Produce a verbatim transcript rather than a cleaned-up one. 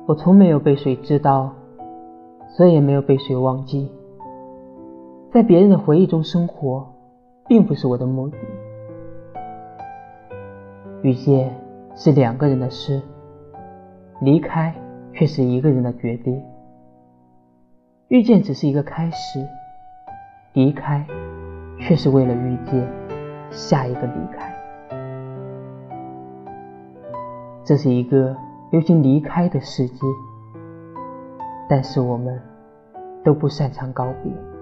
我从没有被谁知道，所以也没有被谁忘记。在别人的回忆中生活，并不是我的目的。遇见是两个人的事，离开却是一个人的决定。遇见只是一个开始，离开却是为了遇见下一个离开。这是一个流行离开的世界，但是我们都不擅长告别。